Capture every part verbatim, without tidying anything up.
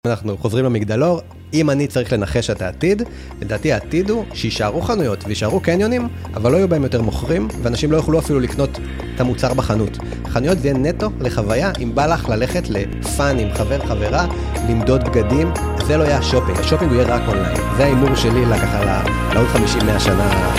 אנחנו חוזרים למגדלור, אם אני צריך לנחש את העתיד, לדעתי העתיד הוא שישארו חנויות וישארו קניונים, אבל לא יהיו בהם יותר מוכרים, ואנשים לא יוכלו אפילו לקנות את המוצר בחנות. חנויות זה נטו לחוויה, אם בא לך ללכת לפאן עם חבר חברה, למדוד בגדים, זה לא יהיה השופינג, השופינג הוא יהיה רק אונליין. זה האימור שלי לככה לעוד חמישים מאה שנה.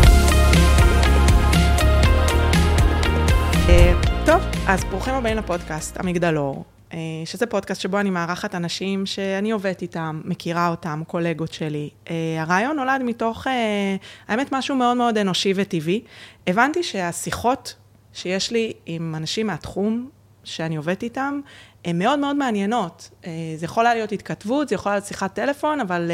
טוב, אז ברוכים הבאים לפודקאסט, המגדלור. שזה פודקאסט שבו אני מארחת אנשים שאני עובדת איתם, מכירה אותם, קולגות שלי. הרעיון נולד מתוך, האמת, משהו מאוד מאוד אנושי וטבעי. הבנתי שהשיחות שיש לי עם אנשים מהתחום שאני עובדת איתם, הן מאוד מאוד מעניינות. זה יכול להיות התכתבות, זה יכול להיות שיחת טלפון, אבל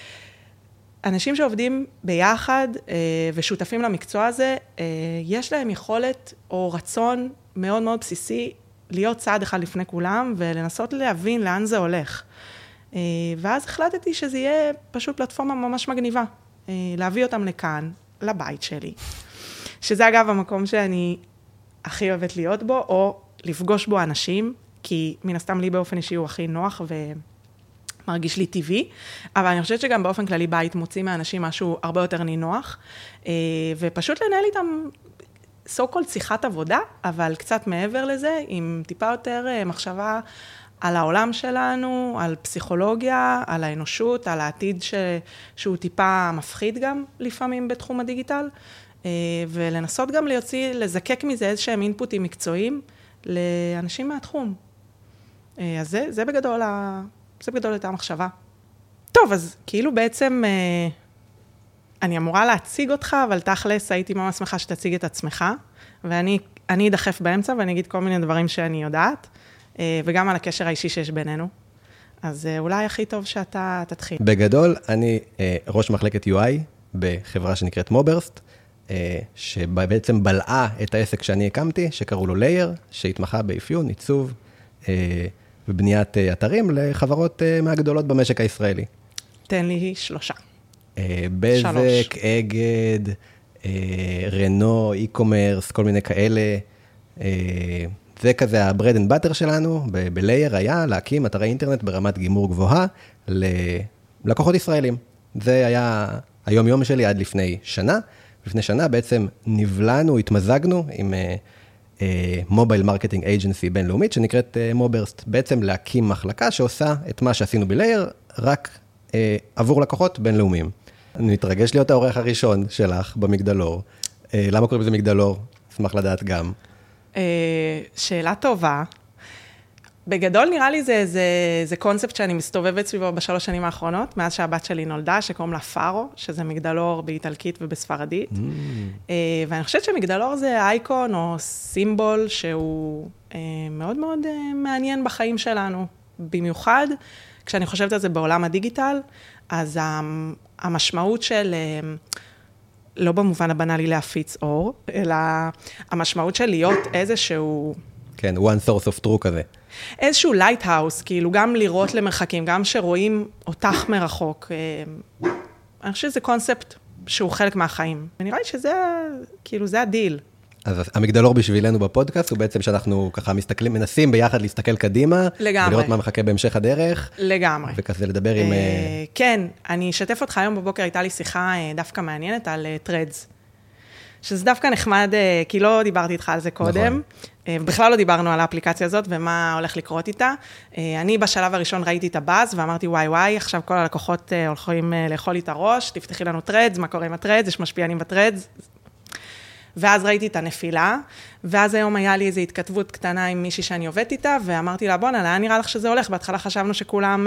אנשים שעובדים ביחד ושותפים למקצוע הזה, יש להם יכולת או רצון מאוד מאוד בסיסי, להיות צעד אחד לפני כולם, ולנסות להבין לאן זה הולך. ואז החלטתי שזה יהיה פשוט פלטפורמה ממש מגניבה. להביא אותם לכאן, לבית שלי. שזה אגב המקום שאני הכי אוהבת להיות בו, או לפגוש בו אנשים, כי מן הסתם לי באופן אישי הוא הכי נוח ומרגיש לי טבעי, אבל אני חושבת שגם באופן כללי בית מוציא מהאנשים משהו הרבה יותר נינוח, ופשוט לנהל איתם so called שיחת עבודה, אבל קצת מעבר לזה, עם טיפה יותר מחשבה על העולם שלנו, על פסיכולוגיה, על האנושות, על העתיד ש... שהוא טיפה מפחיד גם לפעמים בתחום הדיגיטל, ולנסות גם להוציא, לזקק מזה איזשהם אינפוטים מקצועיים לאנשים מהתחום. אז זה, זה בגדול, ה... זה בגדול הייתה המחשבה. טוב, אז כאילו בעצם אני אמורה להציג אותך, אבל תכלס הייתי ממש שמחה שתציג את עצמך, ואני אני אדחף באמצע, ואני אגיד כל מיני דברים שאני יודעת, וגם על הקשר האישי שיש בינינו. אז אולי הכי טוב שאתה תתחיל. בגדול, אני ראש מחלקת יו איי בחברה שנקראת מוברסט, שבעצם בלעה את העסק שאני הקמתי, שקראו לו לייר, שהתמחה באפיון, עיצוב, ובניית אתרים לחברות מהגדולות במשק הישראלי. תן לי שלושה. בזק, אגד, רנו, אי-קומרס, כל מיני כאלה. זה כזה הברד אנד באטר שלנו, בלייר היה להקים אתרי אינטרנט ברמת גימור גבוהה ללקוחות ישראלים. זה היה היום יום שלי עד לפני שנה. לפני שנה בעצם נבלענו, התמזגנו עם מובייל מרקטינג אייג'נסי בינלאומית שנקראת מוברסט. בעצם להקים מחלקה שעושה את מה שעשינו בלייר, רק עבור לקוחות בינלאומיים. אני מתרגש להיות האורח הראשון שלך במגדלור. למה קוראים לזה מגדלור? אשמח לדעת גם. שאלה טובה. בגדול נראה לי זה, זה, זה קונספט שאני מסתובבת סביבו בשלוש שנים האחרונות, מאז שהבת שלי נולדה, שקוראים לה פארו, שזה מגדלור באיטלקית ובספרדית. Mm. ואני חושבת שמגדלור זה אייקון או סימבול שהוא מאוד מאוד מעניין בחיים שלנו. במיוחד, כשאני חושבת על זה בעולם הדיגיטל, אז המשמעות של, לא במובן הבנאלי להפיץ אור, אלא המשמעות של להיות איזשהו... כן, one source of true כזה. איזשהו lighthouse, כאילו גם לראות למרחקים, גם שרואים אותך מרחוק. אני חושבת שזה קונספט שהוא חלק מהחיים. ונראה לי שזה, כאילו, זה הדיל. אז המגדלור בשבילנו בפודקאסט, הוא בעצם שאנחנו ככה מסתכלים, מנסים ביחד להסתכל קדימה, לגמרי. ולראות מה מחכה בהמשך הדרך. לגמרי. וכזה לדבר עם... כן, אני אשתף אותך היום בבוקר, הייתה לי שיחה דווקא מעניינת על Threads, שזה דווקא נחמד, כי לא דיברתי איתך על זה קודם, נכון. בכלל לא דיברנו על האפליקציה הזאת, ומה הולך לקרות איתה. אני בשלב הראשון ראיתי את הבאז, ואמרתי, וואי וואי, עכשיו כל הלקוחות הולכים לאכול לי את הראש, תפתחי לנו Threads, מה קורה עם ה-Threads, יש משפיענים ב-Threads, ואז ראיתי את הנפילה, ואז היום היה לי איזו התכתבות קטנה עם מישהי שאני עובדת איתה, ואמרתי לה, בונה, לאן נראה לך שזה הולך? בהתחלה חשבנו שכולם...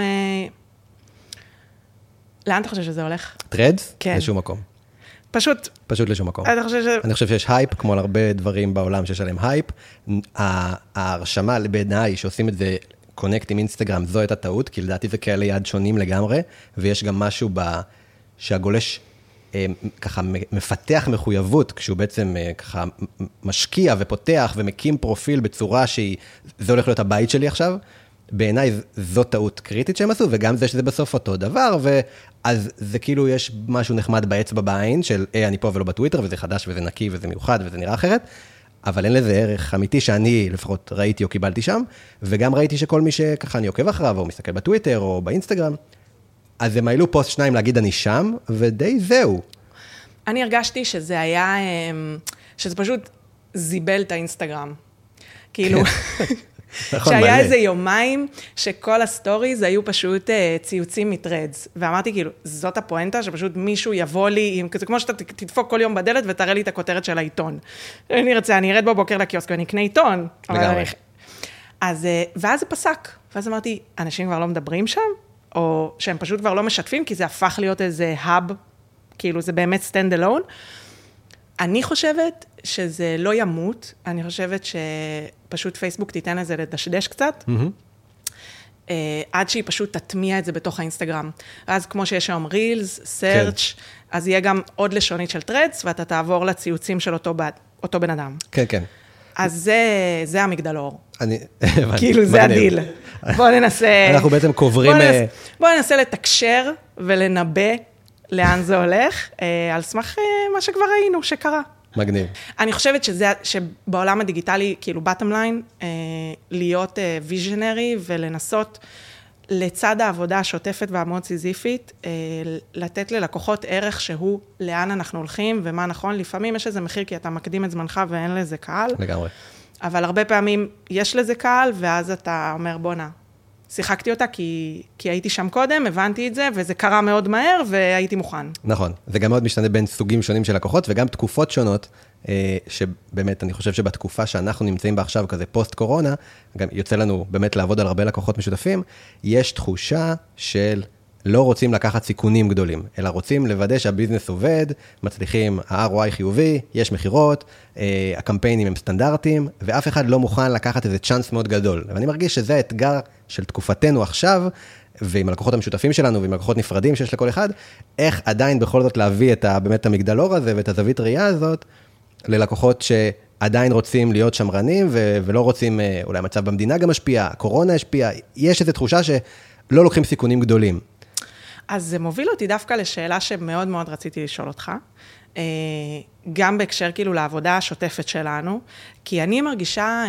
לאן אתה חושב שזה הולך? טרדס? כן. לשום מקום. פשוט... פשוט לשום מקום. אני חושב ש... אני חושב שיש הייפ, כמו על הרבה דברים בעולם שיש עליהם הייפ. ההרשמה בעיניי שעושים את זה קונקט עם אינסטגרם, זו הייתה טעות, כי לדעתי זה כאלה יעד שונים לגמרי, ויש גם משהו ב... שהגולש... ככה מפתח מחויבות, כשהוא בעצם ככה משקיע ופותח ומקים פרופיל בצורה שהיא, זה הולך להיות הבית שלי עכשיו, בעיניי זו טעות קריטית שהם עשו, וגם זה שזה בסוף אותו דבר, ואז זה כאילו יש משהו נחמד באצבע בעין, של אה, אני פה ולא בטוויטר, וזה חדש וזה נקי וזה מיוחד וזה נראה אחרת, אבל אין לזה ערך אמיתי שאני לפחות ראיתי או קיבלתי שם, וגם ראיתי שכל מי שככה אני עוקב אחריו, או מסתכל בטוויטר או באינסטגרם, אז הם העלו פוסט שניים להגיד אני שם, ודי זהו. אני הרגשתי שזה היה, שזה פשוט זיבל את האינסטגרם. כאילו, שהיה איזה יומיים שכל הסטוריז היו פשוט ציוצים מטרדס, ואמרתי כאילו, זאת הפואנטה שפשוט מישהו יבוא לי, זה כמו שאתה תדפוק כל יום בדלת ותראה לי את הכותרת של העיתון. אני ארצה, אני ארד בבוקר לקיוסק ואני אקנה עיתון. לגמרי. אז, ואז זה פסק, ואז אמרתי, אנשים כבר לא מדברים שם, או שהם פשוט כבר לא משתפים, כי זה הפך להיות איזה האב, כאילו זה באמת stand alone. אני חושבת שזה לא ימות, אני חושבת שפשוט פייסבוק תיתן לזה לדשדש קצת, mm-hmm. עד שהיא פשוט תטמיע את זה בתוך האינסטגרם. אז כמו שיש היום רילס, סרצ', כן. אז יהיה גם עוד לשונית של טרדס, ואתה תעבור לציוצים של אותו, אותו בן אדם. כן, כן. אז זה, זה המגדלור. אני, כאילו זה הדיל. בוא ננסה... אנחנו בעצם קוברים... בוא ננסה, בוא ננסה לתקשר ולנבא לאן זה הולך, על סמך מה שכבר ראינו, שקרה. מגניב. אני חושבת שזה, שבעולם הדיגיטלי, כאילו, bottom line, להיות visionary ולנסות לצד העבודה השוטפת והמאוד סיזיפית, לתת ללקוחות ערך שהוא לאן אנחנו הולכים ומה נכון. לפעמים יש איזה מחיר כי אתה מקדים את זמנך ואין לזה קהל. לגמרי. אבל הרבה פעמים יש לזה קהל, ואז אתה אומר, בונה, שיחקתי אותה כי, כי הייתי שם קודם, הבנתי את זה, וזה קרה מאוד מהר, והייתי מוכן. נכון. זה גם מאוד משתנה בין סוגים שונים של לקוחות, וגם תקופות שונות, שבאמת אני חושב שבתקופה שאנחנו נמצאים בה עכשיו, כזה פוסט קורונה, גם יוצא לנו באמת לעבוד על הרבה לקוחות משותפים, יש תחושה של לא רוצים לקחת סיכונים גדולים, אלא רוצים לוודא שהביזנס עובד, מצליחים, ה-אר או איי חיובי, יש מחירות, הקמפיינים הם סטנדרטיים, ואף אחד לא מוכן לקחת איזה צ'אנס מאוד גדול. ואני מרגיש שזה האתגר של תקופתנו עכשיו, ועם הלקוחות המשותפים שלנו, ועם לקוחות נפרדים שיש לכל אחד, איך עדיין בכל זאת להביא את באמת המגדלור הזה, ואת הזווית ראייה הזאת, ללקוחות שעדיין רוצים להיות שמרנים, ו- ולא רוצים, אולי המצב במדינה גם משפיע, הקורונה השפיע, יש איזו תחושה שלא לוקחים סיכונים גדולים. אז זה מוביל אותי דווקא לשאלה שמאוד מאוד רציתי לשאול אותך, גם בהקשר כאילו לעבודה השוטפת שלנו, כי אני מרגישה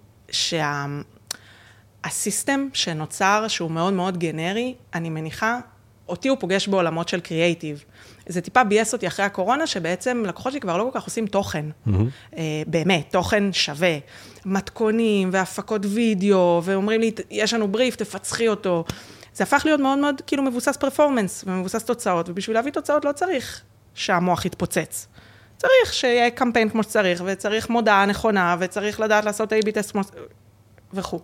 שהסיסטם שנוצר, שהוא מאוד מאוד גנרי, אני מניחה, אותי הוא פוגש בעולמות של קריאייטיב. זה טיפה בייס אותי אחרי הקורונה, שבעצם לקוחות שלי כבר לא כל כך עושים תוכן. Mm-hmm. באמת, תוכן שווה. מתכונים והפקות וידאו, ואומרים לי, יש לנו בריף, תפצחי אותו. זה הפך להיות מאוד מאוד כאילו מבוסס פרפורמנס, ומבוסס תוצאות, ובשביל להביא תוצאות לא צריך שהמוח יתפוצץ. צריך שיהיה קמפיין כמו שצריך, וצריך מודעה נכונה, וצריך לדעת לעשות איי בי טסט וכו'.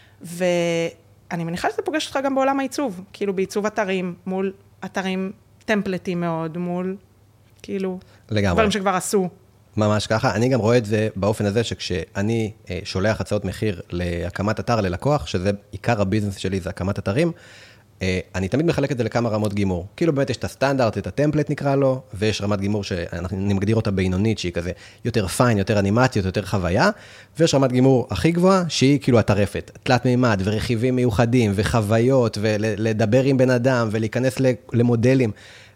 ואני מניחה שזה פוגש אותך גם בעולם העיצוב, כאילו בעיצוב אתרים, מול אתרים טמפלטים מאוד, מול כאילו, לגמרי. דברים שכבר עשו. ממש ככה, אני גם רואה את זה באופן הזה, שכשאני שולח הצעות מחיר להקמת אתר ללקוח, שזה עיקר הביזנס שלי, זה הקמת אתרים, אני תמיד מחלק את זה לכמה רמות גימור. כאילו באמת יש את הסטנדרט, את הטמפלט נקרא לו, ויש רמת גימור שאני מגדיר אותה בינונית, שהיא כזה יותר פיין, יותר אנימציות, יותר חוויה, ויש רמת גימור הכי גבוהה, שהיא כאילו הטרפת, תלת מימד ורכיבים מיוחדים וחוויות, ולדבר עם בן אדם ולהיכנס למודלים,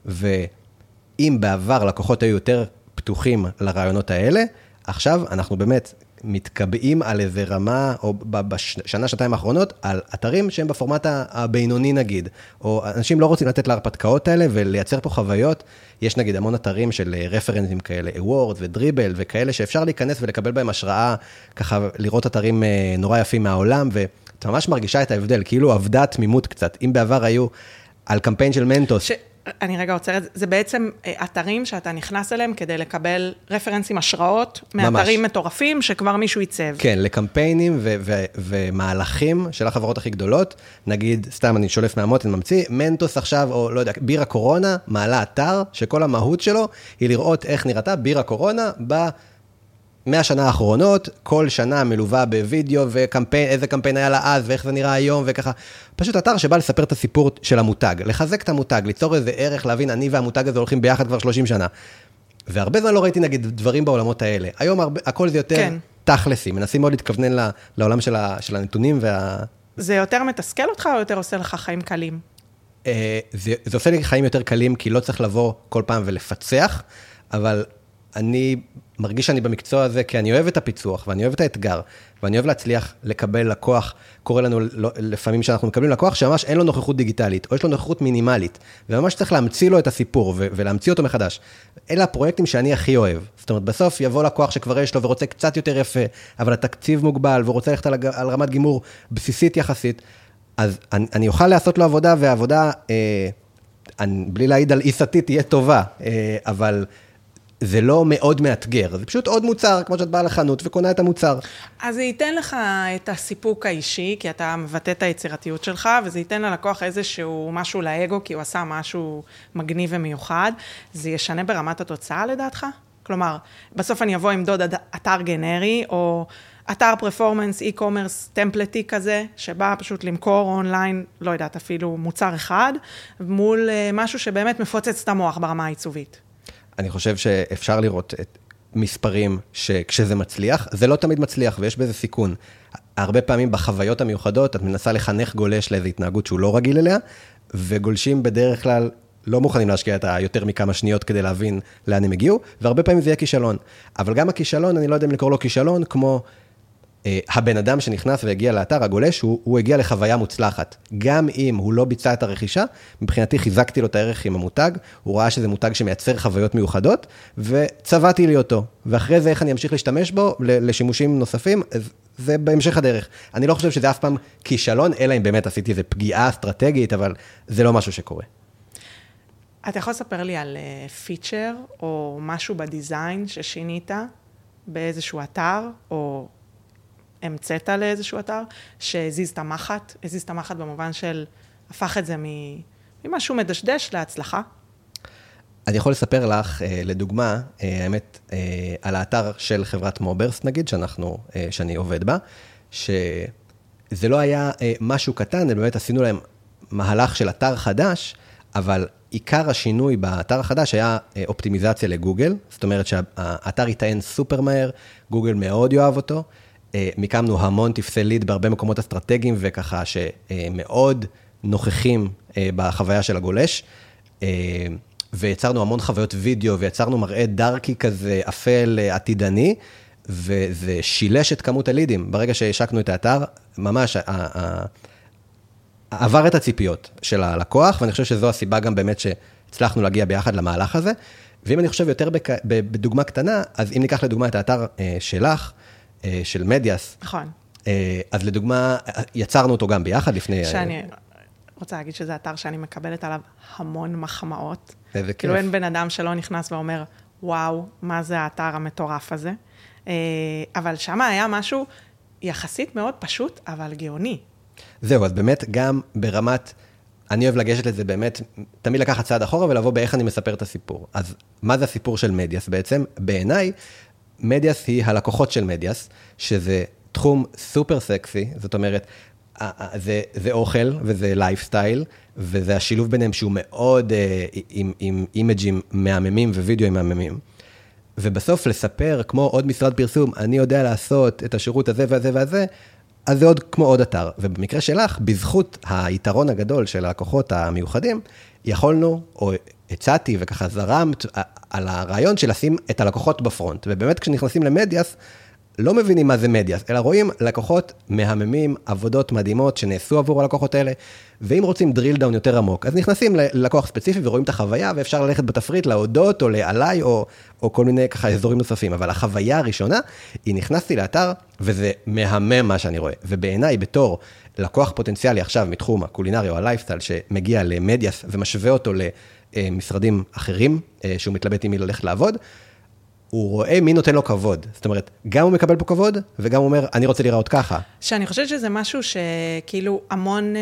ואם בעבר לקוחות היו יותר פתוחים לרעיונות האלה, עכשיו אנחנו באמת מתקבעים על איזה רמה, או בשנה, שנתיים האחרונות, על אתרים שהם בפורמט הבינוני נגיד, או אנשים לא רוצים לתת להרפתקאות האלה, ולייצר פה חוויות, יש נגיד המון אתרים של רפרנסים כאלה, אוורד ודריבל, וכאלה שאפשר להיכנס ולקבל בהם השראה, ככה לראות אתרים נורא יפים מהעולם, ואתה ממש מרגישה את ההבדל, כאילו עבדה תמימות קצת, אם בעבר היו על קמפיין של מנטוס, ש... אני רגע עוצרת, זה בעצם אתרים שאתה נכנס אליהם כדי לקבל רפרנסים, השראות, מאתרים מטורפים שכבר מישהו ייצב. כן, לקמפיינים ו- ו- ומהלכים של החברות הכי גדולות, נגיד, סתם אני שולף מהמות, אני ממציא, מנטוס עכשיו, או לא יודע, בירה קורונה, מעלה אתר, שכל המהות שלו היא לראות איך נראתה בירה קורונה ב... מהשנה האחרונות, כל שנה מלווה בווידאו וקמפיין, איזה קמפיין היה לה אז ואיך זה נראה היום וככה. פשוט אתר שבא לספר את הסיפור של המותג, לחזק את המותג, ליצור איזה ערך, להבין, אני והמותג הזה הולכים ביחד כבר שלושים שנה. והרבה זמן לא ראיתי נגיד דברים בעולמות האלה. היום הרבה, הכל זה יותר כן. תכלסי, מנסים מאוד להתכוונן לעולם של, ה, של הנתונים וה... זה יותר מתסכל אותך או יותר עושה לך חיים קלים? זה, זה עושה לי חיים יותר קלים, כי לא צריך לבוא כל פעם ולפצח, אבל... אני מרגיש שאני במקצוע הזה, כי אני אוהב את הפיצוח, ואני אוהב את האתגר, ואני אוהב להצליח לקבל לקוח, קורא לנו לפעמים שאנחנו מקבלים לקוח, שממש אין לו נוכחות דיגיטלית, או יש לו נוכחות מינימלית, וממש צריך להמציא לו את הסיפור, ולהמציא אותו מחדש. אלה הפרויקטים שאני הכי אוהב. זאת אומרת, בסוף יבוא לקוח שכבר יש לו, ורוצה קצת יותר יפה, אבל התקציב מוגבל, ורוצה ללכת על, על רמת גימור בסיסית יחסית, אז אני, אני אוכל לעשות לו עבודה, והעבודה, אה, אני, בלי להעיד על עיסתי, תהיה טובה, אה, אבל זה לא מאוד מאתגר, זה פשוט עוד מוצר, כמו שאת באה לחנות וקונה את המוצר. אז זה ייתן לך את הסיפוק האישי, כי אתה מבטא את היצירתיות שלך, וזה ייתן ללקוח איזשהו משהו לאגו, כי הוא עשה משהו מגניב ומיוחד. זה ישנה ברמת התוצאה לדעתך? כלומר, בסוף אני אבוא עם דוד אתר גנרי, או אתר פרפורמנס, אי-קומרס, טמפלטי כזה, שבא פשוט למכור אונליין, לא יודעת, אפילו מוצר אחד, מול משהו שבאמת מפוצץ את המוח ברמה העיצובית. אני חושב שאפשר לראות את מספרים שכשזה מצליח, זה לא תמיד מצליח ויש בזה סיכון. הרבה פעמים בחוויות המיוחדות, את מנסה לחנך גולש לאיזו התנהגות שהוא לא רגיל אליה, וגולשים בדרך כלל לא מוכנים להשקיע את היותר מכמה שניות כדי להבין לאן הם הגיעו, והרבה פעמים זה יהיה כישלון. אבל גם הכישלון, אני לא יודע אם לקרוא לו כישלון, כמו אה, הבן אדם שנכנס והגיע לאתר הגולש, הוא, הוא הגיע לחוויה מוצלחת. גם אם הוא לא ביצע את הרכישה, מבחינתי חיזקתי לו את הערך עם המותג, הוא ראה שזה מותג שמייצר חוויות מיוחדות, וצבעתי לי אותו. ואחרי זה איך אני אמשיך להשתמש בו לשימושים נוספים, זה בהמשך הדרך. אני לא חושב שזה אף פעם כישלון, אלא אם באמת עשיתי איזו פגיעה אסטרטגית, אבל זה לא משהו שקורה. אתה יכול לספר לי על פיצ'ר או משהו בדיזיין ששינית באיזשהו אתר, או המצאת לאיזשהו אתר, שהזיז את המחט, הזיז את המחט במובן של הפך את זה ממשהו מדשדש להצלחה? אני יכול לספר לך, לדוגמה, האמת, על האתר של חברת מוברס, נגיד, שאנחנו, שאני עובד בה, שזה לא היה משהו קטן, באמת עשינו להם מהלך של אתר חדש, אבל עיקר השינוי באתר החדש היה אופטימיזציה לגוגל, זאת אומרת שהאתר יטען סופר מהר, גוגל מאוד יאהב אותו, מיקמנו המון תפסי ליד בהרבה מקומות אסטרטגיים, וככה שמאוד נוכחים בחוויה של הגולש, ויצרנו המון חוויות וידאו, ויצרנו מראה דארקי כזה, אפל, עתידני, וזה שילש את כמות הלידים. ברגע שהשקנו את האתר, ממש עבר את הציפיות של הלקוח, ואני חושב שזו הסיבה גם באמת שהצלחנו להגיע ביחד למהלך הזה. ואם אני חושב יותר בדוגמה קטנה, אז אם ניקח לדוגמה את האתר שלך, של מדיאס, נכון. אז לדוגמה, יצרנו אותו גם ביחד לפני... שאני רוצה להגיד שזה אתר שאני מקבלת עליו המון מחמאות. איזה כיף. כאילו אין בן אדם שלא נכנס ואומר, וואו, מה זה האתר המטורף הזה? אבל שם היה משהו יחסית מאוד פשוט, אבל גאוני. זהו, אז באמת גם ברמת, אני אוהב לגשת לזה באמת, תמיד לקחת צעד אחורה ולבוא באיך אני מספר את הסיפור. אז מה זה הסיפור של מדיאס בעצם? בעיניי, מדיאס היא הלקוחות של מדיאס, שזה תחום סופר סקסי, זאת אומרת, זה, זה אוכל וזה לייפסטייל, וזה השילוב ביניהם שהוא מאוד עם, עם אימג'ים מהממים ווידאוים מהממים. ובסוף לספר, כמו עוד משרד פרסום, אני יודע לעשות את השירות הזה והזה והזה, אז זה עוד כמו עוד אתר. ובמקרה שלך, בזכות היתרון הגדול של הלקוחות המיוחדים, יכולנו, או הצעתי וככה זרמת על הרעיון של לשים את הלקוחות בפרונט. ובאמת כשנכנסים למדיאס, לא מבינים מה זה מדיאס, אלא רואים לקוחות מהממים, עבודות מדהימות שנעשו עבור הלקוחות האלה, ואם רוצים דריל דאון יותר עמוק, אז נכנסים ללקוח ספציפי ורואים את החוויה, ואפשר ללכת בתפריט להודות או לעליי, או, או כל מיני ככה אזורים נוספים. אבל החוויה הראשונה, היא נכנסתי לאתר, וזה מהמם מה שאני רואה. ובעיניי, בתור לקוח פוטנציאלי עכשיו מתחום הקולינרי או הלייפסטייל, שמגיע למדיאס ומשווה אותו למשרדים אחרים, שהוא מתלבט עם מי ללכת לעבוד, הוא רואה מי נותן לו כבוד. זאת אומרת, גם הוא מקבל פה כבוד, וגם הוא אומר, אני רוצה לראות ככה. שאני חושבת שזה משהו שכאילו המון אה,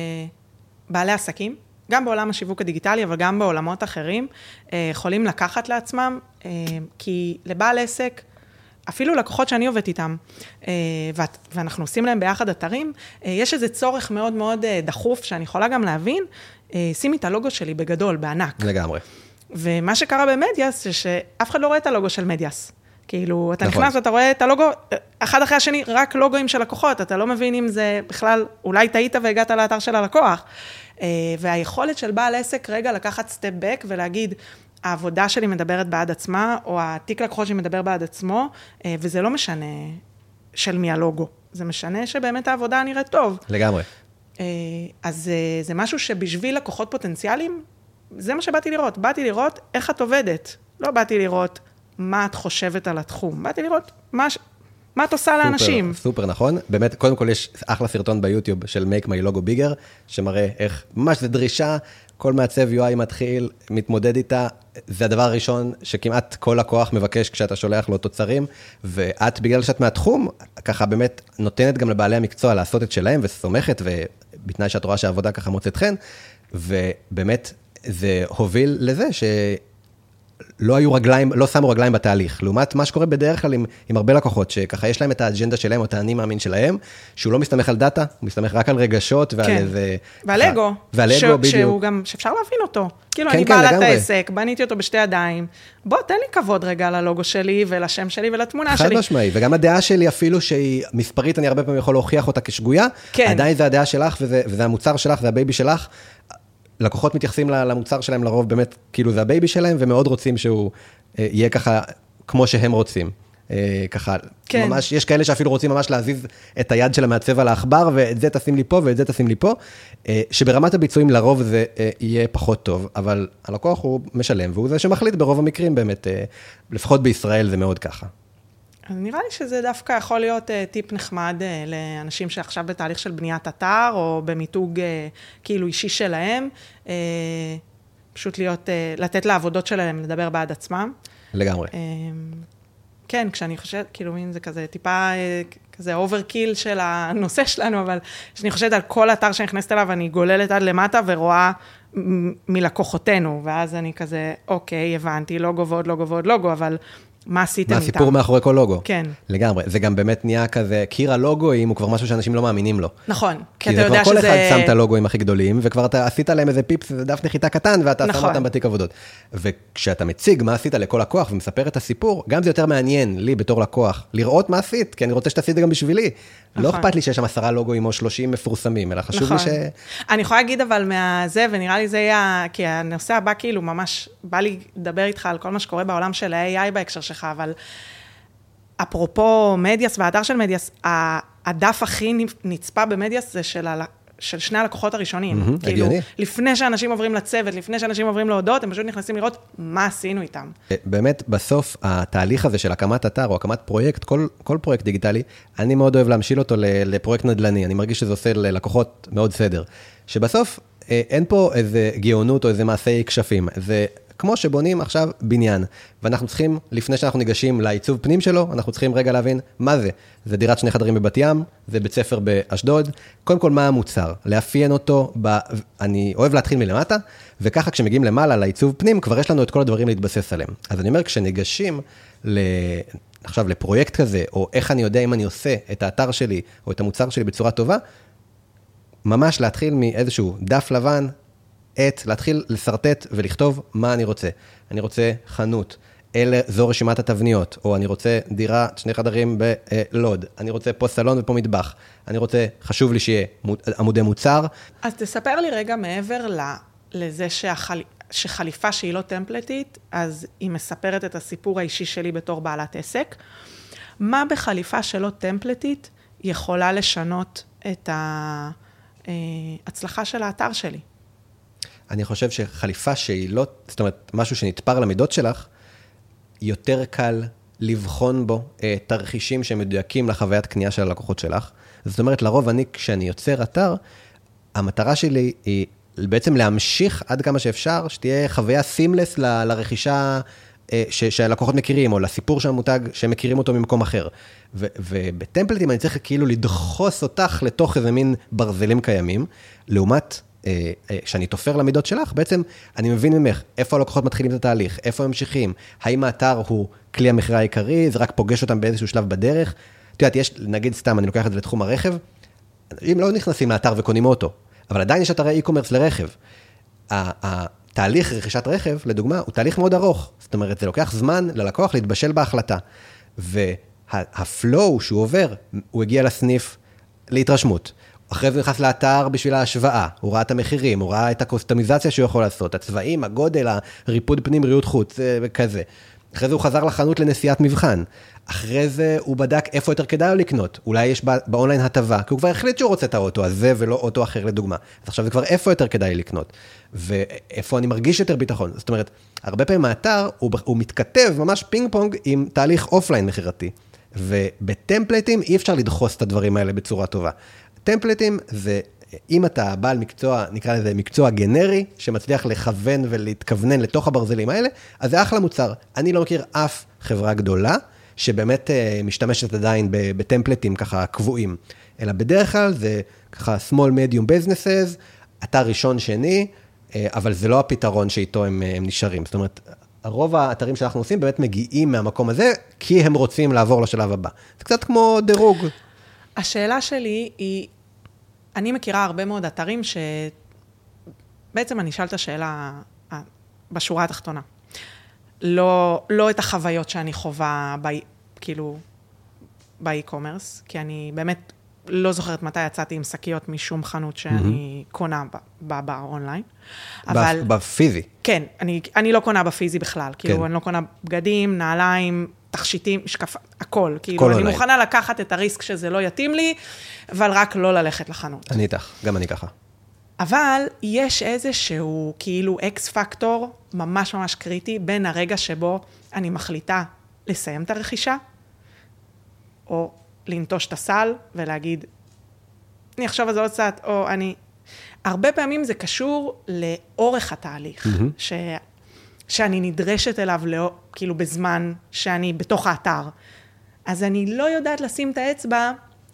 בעלי עסקים, גם בעולם השיווק הדיגיטלי, אבל גם בעולמות אחרים, אה, יכולים לקחת לעצמם, אה, כי לבעל עסק, אפילו לקוחות שאני עובדת איתם, אה, ואנחנו עושים להם ביחד אתרים, אה, יש איזה צורך מאוד מאוד אה, דחוף, שאני יכולה גם להבין, אה, שימי את הלוגו שלי בגדול, בענק. לגמרי. ומה שקרה במדיאס, זה שאף אחד לא רואה את הלוגו של מדיאס. כאילו, אתה נכנס ואתה רואה את הלוגו, אחד אחרי השני, רק לוגוים של לקוחות, אתה לא מבין אם זה בכלל, אולי טעית והגעת לאתר של הלקוח. והיכולת של בעל עסק רגע לקחת סטפ בק ולהגיד, העבודה שלי מדברת בעד עצמה, או התיק לקוחות שלי מדבר בעד עצמו, וזה לא משנה של מי הלוגו. זה משנה שבאמת העבודה נראית טוב. לגמרי. אז זה משהו שבשביל לקוחות פוטנציאליים, זה מה שבאתי לראות. באתי לראות איך את עובדת. לא באתי לראות מה את חושבת על התחום. באתי לראות מה, מה את עושה לאנשים. סופר נכון. באמת, קודם כל יש אחלה סרטון ביוטיוב של Make My Logo Bigger, שמראה איך ממש זה דרישה, כל מעצב יו איי מתחיל, מתמודד איתה, זה הדבר הראשון שכמעט כל לקוח מבקש כשאתה שולח לו תוצרים, ואת בגלל שאת מהתחום, ככה באמת נותנת גם לבעלי המקצוע לעשות את שלהם, וסומכת, ובתנאי שאת רואה שהעבודה ככה מוצאת חן, ובאמת זה הוביל לזה ש... לא היו רגליים, לא שמו רגליים בתהליך, לעומת מה שקורה בדרך כלל עם, עם הרבה לקוחות, שככה יש להם את האג'נדה שלהם, או את האני מאמין שלהם, שהוא לא מסתמך על דאטה, הוא מסתמך רק על רגשות, ועל כן. איזה... ועל אגו. ועל אגו, בדיוק. שהוא גם, שאפשר להבין אותו. כאילו, כן, אני כן, בעלת לגמרי. העסק, בניתי אותו בשתי ידיים, בוא, תן לי כבוד רגע ללוגו שלי, ולשם שלי, ולתמונה חד שלי. חד משמעי, וגם הדעה שלי, אפילו שהיא מספרית, אני הרבה פעמים יכול להוכיח אותה כשגויה, כן. עדיין זה הדעה שלך, וזה, וזה המוצר שלך, זה הבייבי שלך. לקוחות מתייחסים למוצר שלהם לרוב, באמת, כאילו זה הבייבי שלהם, ומאוד רוצים שהוא יהיה ככה, כמו שהם רוצים. ככה, כן. ממש, יש כאלה שאפילו רוצים ממש להזיז את היד של המעצב על האחבר, ואת זה תשים לי פה, ואת זה תשים לי פה, שברמת הביצועים לרוב זה יהיה פחות טוב, אבל הלקוח הוא משלם, והוא זה שמחליט ברוב המקרים באמת, לפחות בישראל זה מאוד ככה. אז נראה לי שזה דווקא יכול להיות טיפ נחמד לאנשים שעכשיו בתהליך של בניית אתר, או במיתוג כאילו אישי שלהם, פשוט להיות, לתת לעבודות שלהם לדבר בעד עצמם. לגמרי. כן, כשאני חושבת, כאילו, אם זה כזה טיפה, כזה אוברקיל של הנושא שלנו, אבל כשאני חושבת על כל אתר שאני נכנסת אליו, אני גוללת עד למטה ורואה מלקוחותינו, ואז אני כזה, אוקיי, הבנתי, לוגו ועוד לוגו ועוד לוגו, אבל מה עשיתם איתם? מה הסיפור מאחורי כל לוגו? כן. לגמרי. זה גם באמת נהיה כזה, קיר הלוגוים הוא כבר משהו שאנשים לא מאמינים לו. נכון. כי זה כבר כל אחד שם את הלוגוים הכי גדולים, וכבר אתה עשית להם איזה פיפס, זה דף נחיתה קטן, ואתה שם אותם בתיק עבודות. וכשאתה מציג מה עשית לכל לקוח, ומספר את הסיפור, גם זה יותר מעניין לי בתור לקוח, לראות מה עשית, כי אני רוצה שתעשי את זה גם בשבילי. לא אכפת לי שיש שם עשרה לוגוים או שלושים מפורסמים, אלא חשוב לי ש... אני יכולה להגיד אבל מהזה, ונראה לי זה יהיה, כי הנושא הבא כאילו ממש בא לי לדבר איתך על כל מה שקורה בעולם של ה-איי איי בהקשר שלך, אבל אפרופו מדיאס והאתר של מדיאס, הדף הכי נצפה במדיאס זה של, ה... של שני הלקוחות הראשונים. Mm-hmm, כאילו, הגיוני. לפני שאנשים עוברים לצוות, לפני שאנשים עוברים להודות, הם פשוט נכנסים לראות מה עשינו איתם. באמת, בסוף, התהליך הזה של הקמת אתר או הקמת פרויקט, כל, כל פרויקט דיגיטלי, אני מאוד אוהב להמשיל אותו לפרויקט נדל"ני. אני מרגיש שזה עושה ללקוחות מאוד סדר. שבסוף, אין פה איזה גאונות או איזה מעשי כשפים. זה כמו שבונים עכשיו בניין, ואנחנו צריכים, לפני שאנחנו ניגשים לעיצוב פנים שלו, אנחנו צריכים רגע להבין מה זה. זה דירת שני חדרים בבת ים, זה בית ספר באשדוד, קודם כל מה המוצר, לאפיין אותו, ב... אני אוהב להתחיל מלמטה, וככה כשמגיעים למעלה לעיצוב פנים, כבר יש לנו את כל הדברים להתבסס עליהם. אז אני אומר, כשניגשים ל... עכשיו לפרויקט כזה, או איך אני יודע אם אני עושה את האתר שלי, או את המוצר שלי בצורה טובה, ממש להתחיל מאיזשהו דף לבן, את, להתחיל לסרטט ולכתוב מה אני רוצה. אני רוצה חנות, אלה, זו רשימת התבניות, או אני רוצה דירה, שני חדרים בלוד, אני רוצה פה סלון ופה מטבח, אני רוצה, חשוב לי שיהיה עמודי מוצר. אז תספר לי רגע מעבר לזה שהחל... שחליפה שהיא לא טמפלטית, אז היא מספרת את הסיפור האישי שלי בתור בעלת עסק. מה בחליפה שלא טמפלטית יכולה לשנות את ההצלחה של האתר שלי? אני חושב שחליפה שהיא לא, זאת אומרת, משהו שנתפר למידות שלך, יותר קל לבחון בו אה, תרחישים שמדויקים לחוויית קנייה של הלקוחות שלך. זאת אומרת, לרוב אני, כשאני יוצר אתר, המטרה שלי היא בעצם להמשיך עד כמה שאפשר, שתהיה חוויה סימלס ל, לרכישה אה, ש, שהלקוחות מכירים, או לסיפור של המותג שהם מכירים אותו ממקום אחר. ו, ובטמפלטים אני צריך כאילו לדחוס אותך לתוך איזה מין ברזלים קיימים, לעומת... כשאני תופר למידות שלך, בעצם אני מבין ממך איפה הלקוחות מתחילים את התהליך, איפה הם ממשיכים, האם האתר הוא כלי המחירה העיקרי, זה רק פוגש אותם באיזשהו שלב בדרך. את יודעת, יש, נגיד סתם, אני לוקח את זה לתחום הרכב, אם לא נכנסים לאתר וקונים אוטו, אבל עדיין יש אתרי אי-קומרס לרכב. התהליך רכישת רכב, לדוגמה, הוא תהליך מאוד ארוך. זאת אומרת, זה לוקח זמן ללקוח להתבשל בהחלטה. והפלואו שהוא עובר, הוא הגיע לסניף להתרשמות. אחרי זה נכנס לאתר בשביל ההשוואה, הוא ראה את המחירים, הוא ראה את הקוסטומיזציה שהוא יכול לעשות, הצבעים, הגודל, הריפוד פנים, ריאות חוץ, וכזה. אחרי זה הוא חזר לחנות לנסיעת מבחן. אחרי זה הוא בדק איפה יותר כדאי לו לקנות. אולי יש באונליין הטבה, כי הוא כבר החליט שהוא רוצה את האוטו הזה ולא אוטו אחר לדוגמה. אז עכשיו זה כבר איפה יותר כדאי לקנות. ואיפה אני מרגיש יותר ביטחון. זאת אומרת, הרבה פעמים האתר הוא, הוא מתכתב ממש פינג פונג עם תהליך אופליין מחירתי. ובטמפלטים אי אפשר לדחוס את הדברים האלה בצורה טובה. טמפלטים זה, אם אתה בעל מקצוע, נקרא לזה מקצוע גנרי, שמצליח לכוון ולהתכוונן לתוך הברזלים האלה, אז זה אחלה מוצר. אני לא מכיר אף חברה גדולה, שבאמת משתמשת עדיין בטמפלטים ככה קבועים. אלא בדרך כלל זה ככה small medium businesses, אתר ראשון שני, אבל זה לא הפתרון שאיתו הם, הם נשארים. זאת אומרת, הרוב האתרים שאנחנו עושים באמת מגיעים מהמקום הזה, כי הם רוצים לעבור לשלב הבא. זה קצת כמו דירוג. השאלה שלי היא, אני מכירה הרבה מאוד אתרים שבעצם אני אשאל את השאלה בשורה התחתונה. לא, לא את החוויות שאני חווה ב, כאילו, באי-קומרס, כי אני באמת לא זוכרת מתי יצאתי עם שקיות משום חנות שאני mm-hmm. קונה באונליין. אבל... בפיזי. כן, אני, אני לא קונה בפיזי בכלל. כן. כאילו, אני לא קונה בגדים, נעליים, תכשיטים, שקפה, הכל. כאילו, אני אונליין. מוכנה לקחת את הריסק שזה לא יתאים לי, אבל רק לא ללכת לחנות. אני איתך, גם אני ככה. אבל יש איזשהו כאילו אקס פקטור ממש ממש קריטי בין הרגע שבו אני מחליטה לסיים את הרכישה, או לנטוש את הסל ולהגיד, אני אחשוב על זה עוד קצת, או אני... הרבה פעמים זה קשור לאורך התהליך, mm-hmm. ש... שאני נדרשת אליו לא... כאילו בזמן שאני בתוך האתר. אז אני לא יודעת לשים את האצבע,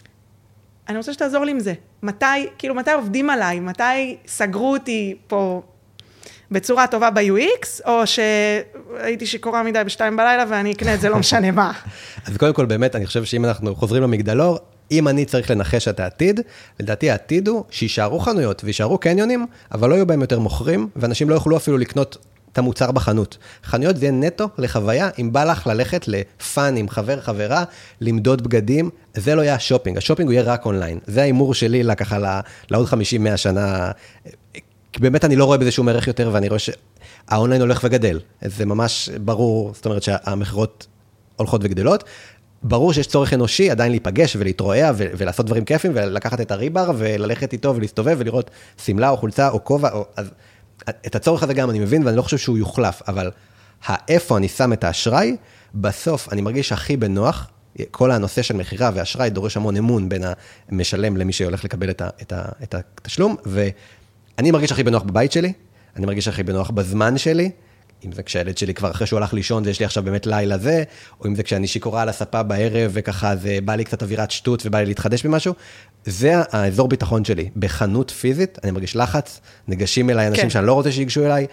אני רוצה שתעזור לי עם זה. מתי, כאילו, מתי עובדים עליי? מתי סגרו אותי פה בצורה טובה ב-יו אקס, או שהייתי שיכורה מדי בשתיים בלילה, ואני אקנה את זה לא משנה מה. אז קודם כל, באמת, אני חושב שאם אנחנו חוזרים למגדלור, אם אני צריך לנחש את העתיד, לדעתי העתיד הוא שישארו חנויות וישארו קניונים, אבל לא יהיו בהם יותר מוכרים, ואנשים לא יוכלו אפילו לקנות את המוצר בחנות. חנויות זה נטו לחוויה, אם בא לך ללכת לפאן עם חבר חברה, למדוד בגדים, זה לא יהיה השופינג. השופינג הוא יהיה רק אונליין. זה האימור שלי לככה לעוד חמישים מאה שנה. באמת אני לא רואה בזה שום ערך יותר, ואני רואה שהאונליין הולך וגדל. זה ממש ברור, זאת אומרת שהמחירות הולכות וגדלות. ברור שיש צורך אנושי עדיין להיפגש ולהתרועע ולעשות דברים כיפים, ולקחת את הריבר וללכת איתו ולהסתובב ולראות סמלה או חולצה או כובע. אז את הצורך הזה גם אני מבין, ואני לא חושב שהוא יוחלף, אבל האיפה אני שם את האשראי, בסוף אני מרגיש הכי בנוח, כל הנושא של מחירה והאשראי דורש המון אמון בין המשלם למי שהולך לקבל את, ה, את, ה, את התשלום, ואני מרגיש הכי בנוח בבית שלי, אני מרגיש הכי בנוח בזמן שלי, אם זה כשהילד שלי כבר אחרי שהוא הלך לישון, ויש לי עכשיו באמת לילה זה, או אם זה כשאני שיקורה על הספה בערב, וככה זה בא לי קצת אווירת שטות, ובא לי להתחדש במשהו, זה האזור ביטחון שלי. בחנות פיזית, אני מרגיש לחץ, ניגשים אליי אנשים כן. שאני לא רוצה שיגשו אליי,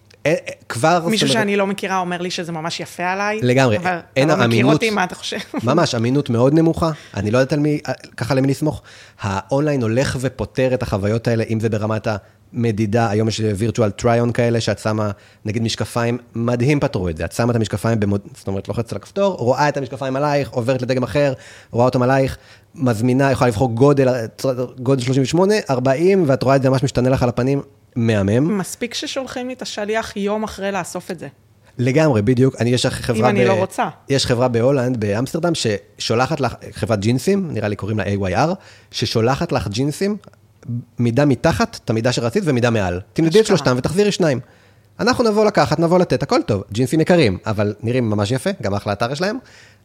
כבר... מישהו שאני לא מכירה אומר לי שזה ממש יפה עליי. לגמרי. אבל אתה לא מכיר אותי, מה אתה חושב? ממש, אמינות מאוד נמוכה. אני לא יודעת על מי, ככה למי לסמוך. האונליין הולך ופותר את החוויות האלה, אם זה ברמת המדידה, היום יש virtual try-on כאלה, שאת שמה, נגיד משקפיים, מדהים פתרו את זה. את שמה את המשקפיים, במוד, זאת אומרת, לוחצת על הכפתור, רואה את המשקפיים עלייך, עוברת לדגם אחר, רואה אותם עלייך, מזמינה, יכולה לבחור גודל, גודל שלושים ושמונה, ארבעים, ואת רואה את זה ממש משתנה לך על הפנים. מהמם. מספיק ששולחים לי את השליח יום אחרי לאסוף את זה. לגמרי, בדיוק. אני, יש חברה... אם אני לא רוצה. יש חברה בהולנד, באמסטרדם, ששולחת לך, חברת ג'ינסים, נראה לי קוראים לה איי וואי אר, ששולחת לך ג'ינסים, מידה מתחת, את המידה שרצית, ומידה מעל. תמדדי את שלושתם ותחזירי שניים. אנחנו נבוא לקחת, נבוא לתת, הכל טוב. ג'ינסים יקרים, אבל נראים ממש יפה, גם אחלה אתר שלהם,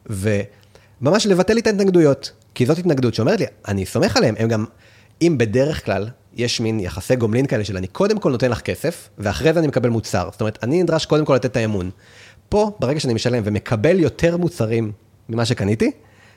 וממש לבטל לי את ההתנגדויות, כי זאת התנגדות שאומרת לי, אני סומך עליהם, הם גם, אם בדרך כלל, יש מין יחסי גומלין כאלה של אני קודם כל נותן לך כסף, ואחרי זה אני מקבל מוצר. זאת אומרת, אני נדרש קודם כל לתת את האמון. פה, ברגע שאני משלם ומקבל יותר מוצרים ממה שקניתי,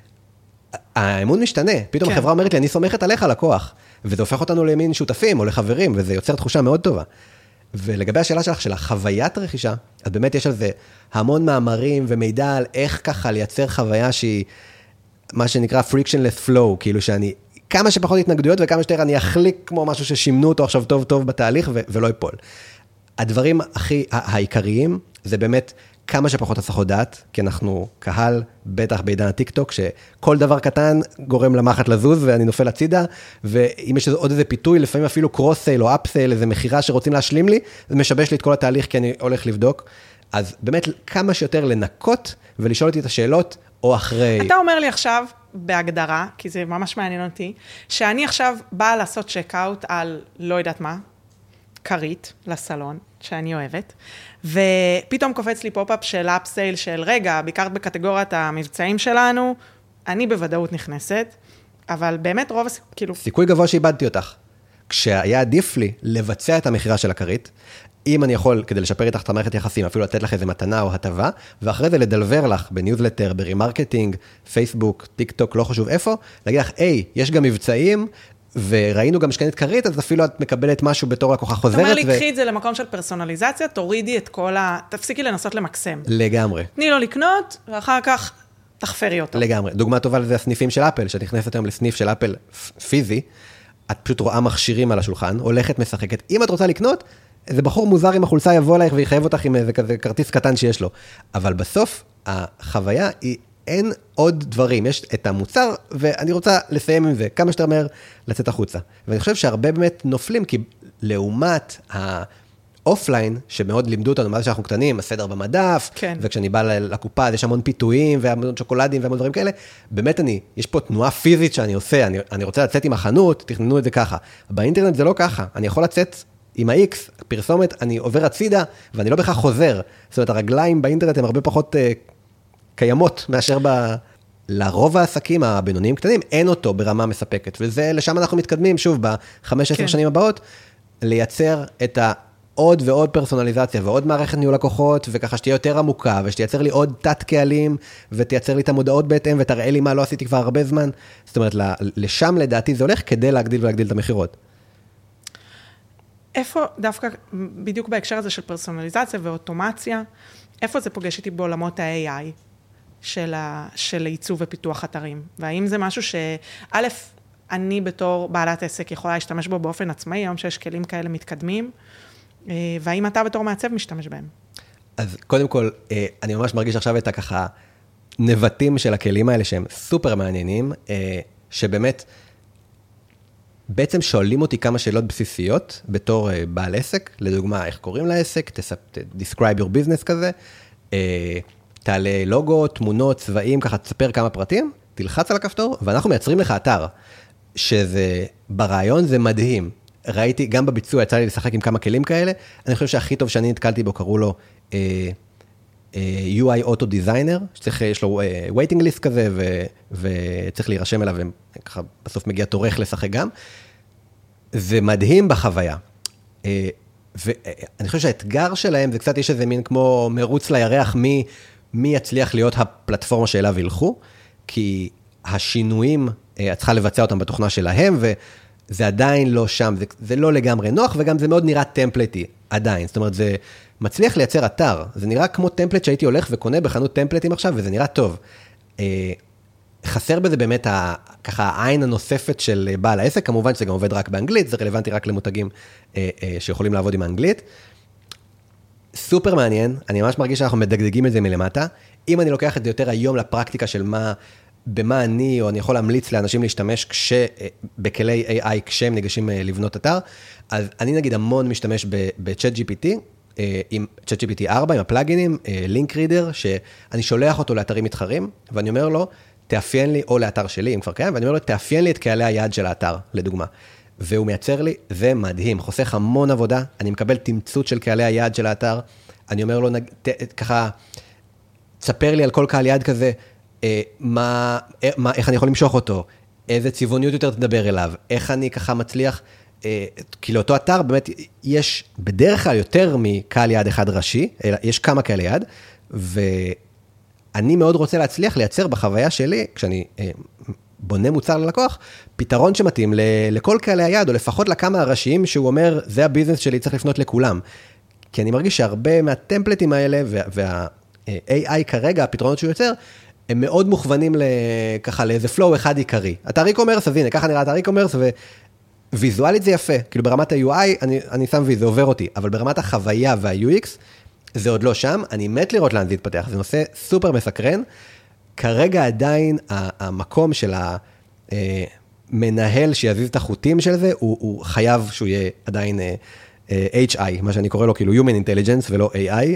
האמון משתנה. פתאום כן. החברה אומרת לי, אני סומכת עליך לקוח, וזה הופך אותנו למין שותפים או לחברים, וזה יוצר תחושה מאוד טובה. ולגבי השאלה שלך, של החוויית רכישה, אז באמת יש על זה המון מאמרים ומידע על איך ככה לייצר חוויה שהיא, מה שנקרא frictionless flow, כאילו שאני כמה שפחות התנגדויות, וכמה שיותר אני אחליק כמו משהו ששימנו אותו עכשיו טוב טוב בתהליך, ו- ולא ייפול. הדברים הכי העיקריים, זה באמת כמה שפחות הסחות דעת, כי אנחנו קהל, בטח בעידן הטיק-טוק, שכל דבר קטן גורם למחט לזוז, ואני נופל הצידה, ואם יש עוד איזה פיתוי, לפעמים אפילו קרוס-סייל או אפ-סייל, איזה מחירה שרוצים להשלים לי, זה משבש לי את כל התהליך, כי אני הולך לבדוק. אז באמת, כמה שיותר לנקות, ולשאול אותי את השאלות, או אחרי... אתה אומר לי עכשיו, בהגדרה, כי זה ממש מעניין אותי, שאני עכשיו באה לעשות צ'ק-אוט על לא יודעת מה, קרית לסלון, שאני אוהבת, ופתאום קופץ לי פופ-אפ של אפסייל של רגע, ביקרת בקטגוריית המבצעים שלנו, אני בוודאות נכנסת, אבל באמת רוב הסיכוי, כאילו... סיכוי גבוה שאיבדתי אותך. כשהיה עדיף לי לבצע את המחירה של הקרית, אם אני יכול, כדי לשפר איתך את המערכת יחסים, אפילו לתת לך איזה מתנה או הטבה, ואחרי זה לדלבר לך בניוזלטר, ברימרקטינג, פייסבוק, טיק טוק, לא חשוב איפה, להגיד לך, היי, יש גם מבצעים, וראינו גם משכנת קרית, אז אפילו את מקבלת משהו בתור לקוחה חוזרת. זאת אומרת, לקחי את זה למקום של פרסונליזציה, תורידי את כל ה... תפסיקי לנסות למקסם. לגמרי. תני לו לקנות, ואחר כך תחפרי אותו. לגמרי. דוגמה טובה לזה הסניפים של אפל, שאת נכנסת היום לסניף של אפל פיזי, את פשוט רואה מכשירים על השולחן, הולכת, משחקת. אם את רוצה לקנות, איזה בחור מוזר עם החולצה יבוא עלייך ויחייב אותך עם איזה כזה כרטיס קטן שיש לו. אבל בסוף, החוויה היא, אין עוד דברים. יש את המוצר, ואני רוצה לסיים עם זה, כמה שיותר מהר לצאת החוצה. ואני חושב שהרבה באמת נופלים, כי לעומת האופליין, שמאוד לימדו אותנו, מה זה שאנחנו קטנים, הסדר במדף, כן. וכשאני בא לקופה, יש המון פיתויים, והמון שוקולדים, והמון דברים כאלה, באמת אני, יש פה תנועה פיזית שאני עושה, אני, אני רוצה לצאת עם החנות, תכננו את זה ככה. באינטרנט זה לא ככה, אני יכול לצאת עם ה-X, פרסומת, אני עובר הצידה, ואני לא בכך חוזר. זאת אומרת, הרגליים באינטרנט הן הרבה פחות uh, קיימות, מאשר ב... לרוב העסקים הבינוניים קטנים, אין אותו ברמה מספקת, וזה, לשם אנחנו מתקדמים, שוב, בחמש עשר שנים הבאות, לייצר את העוד ועוד פרסונליזציה, ועוד מערכת ניהול לקוחות, וככה שתהיה יותר עמוקה, ושתייצר לי עוד תת קהלים, ותייצר לי את המודעות בהתאם, ותראה לי מה לא עשיתי כבר הרבה זמן. זאת אומרת, לשם לדעתי זה הולך, כדי להגדיל ולהגדיל את המחירות. איפה, דווקא בדיוק בהקשר הזה של פרסונליזציה ואוטומציה, איפה זה פוגש איתי בעולמות ה-איי איי של, ה, של עיצוב ופיתוח אתרים? והאם זה משהו שא', אני בתור בעלת עסק יכולה להשתמש בו באופן עצמאי, היום שיש כלים כאלה מתקדמים, והאם אתה בתור מעצב משתמש בהם? אז קודם כל, אני ממש מרגיש עכשיו את הככה נבטים של הכלים האלה שהם סופר מעניינים, שבאמת בעצם שואלים אותי כמה שאלות בסיסיות בתור בעל עסק, לדוגמה, איך קוראים לעסק, describe your business כזה, תעלה לוגו, תמונות, צבעים, ככה תספר כמה פרטים, תלחץ על הכפתור, ואנחנו מייצרים לך אתר, שזה ברעיון זה מדהים. ראיתי, גם בביצוע יצא לי לשחק עם כמה כלים כאלה, אני חושב שהכי טוב שאני נתקלתי בו, קראו לו יו איי Auto Designer, שצריך, יש לו waiting list כזה, ו, וצריך להירשם אליו, וככה בסוף מגיע תורך לשחק גם. זה מדהים בחוויה. ואני חושב שהאתגר שלהם, זה קצת יש איזה מין כמו מרוץ לירח, מי, מי יצליח להיות הפלטפורמה שאליו ילכו, כי השינויים, את צריכה לבצע אותם בתוכנה שלהם, וזה עדיין לא שם, זה, זה לא לגמרי נוח, וגם זה מאוד נראה טמפלטי, עדיין. זאת אומרת, זה מצליח לייצר אתר, זה נראה כמו טמפלט שהייתי הולך וקונה בחנות טמפלטים עכשיו, וזה נראה טוב. חסר בזה באמת ה, ככה העין הנוספת של בעל העסק, כמובן שזה גם עובד רק באנגלית, זה רלוונטי רק למותגים שיכולים לעבוד עם האנגלית. סופר מעניין, אני ממש מרגיש שאנחנו מדגדגים את זה מלמטה. אם אני לוקח את זה יותר היום לפרקטיקה של מה, במה אני, או אני יכול להמליץ לאנשים להשתמש כש, בכלי איי איי כשהם ניגשים לבנות אתר, אז אני נגיד המון משתמש ב-צ'אט ג'י פי טי, עם צ'אט ג'י פי טי ארבע, עם הפלאגינים, לינק רידר, שאני שולח אותו לאתרים מתחרים, ואני אומר לו, תאפיין לי, או לאתר שלי, אם כבר קיים, ואני אומר לו, תאפיין לי את קהלי היעד של האתר, לדוגמה. והוא מייצר לי, זה מדהים, חוסך המון עבודה, אני מקבל תמצות של קהלי היעד של האתר, אני אומר לו, ת, ככה, תספר לי על כל קהל יעד כזה, אה, מה, מה, איך אני יכול למשוך אותו, איזה צבעוניות יותר תדבר אליו, איך אני ככה מצליח, אה, כי לאותו אתר באמת יש בדרך כלל יותר מקהל יעד אחד ראשי, אלא יש כמה קהלי יעד, ואני מאוד רוצה להצליח לייצר בחוויה שלי, כשאני אה, בונה מוצר ללקוח, פתרון שמתאים לכל קהלי היעד, או לפחות לכמה הראשיים שהוא אומר, זה הביזנס שלי, צריך לפנות לכולם. כי אני מרגיש שהרבה מהטמפלטים האלה, וה-איי איי כרגע, הפתרונות שהוא יוצר, הם מאוד מוכוונים ככה לאיזה פלואו אחד עיקרי. אתר אי-קומרס, אז הנה, ככה נראה אתר אי-קומרס, וויזואלית זה יפה. כאילו ברמת ה-יו איי, אני, אני שם וי, זה עובר אותי, אבל ברמת החוויה וה-יו אקס, זה עוד לא שם, אני מת לראות לאן זה יתפתח, זה נושא סופר מסקרן, כרגע עדיין המקום של המנהל שיזיז את החוטים של זה, הוא, הוא חייב שהוא יהיה עדיין אייץ' איי, מה שאני קורא לו כאילו Human Intelligence ולא איי איי,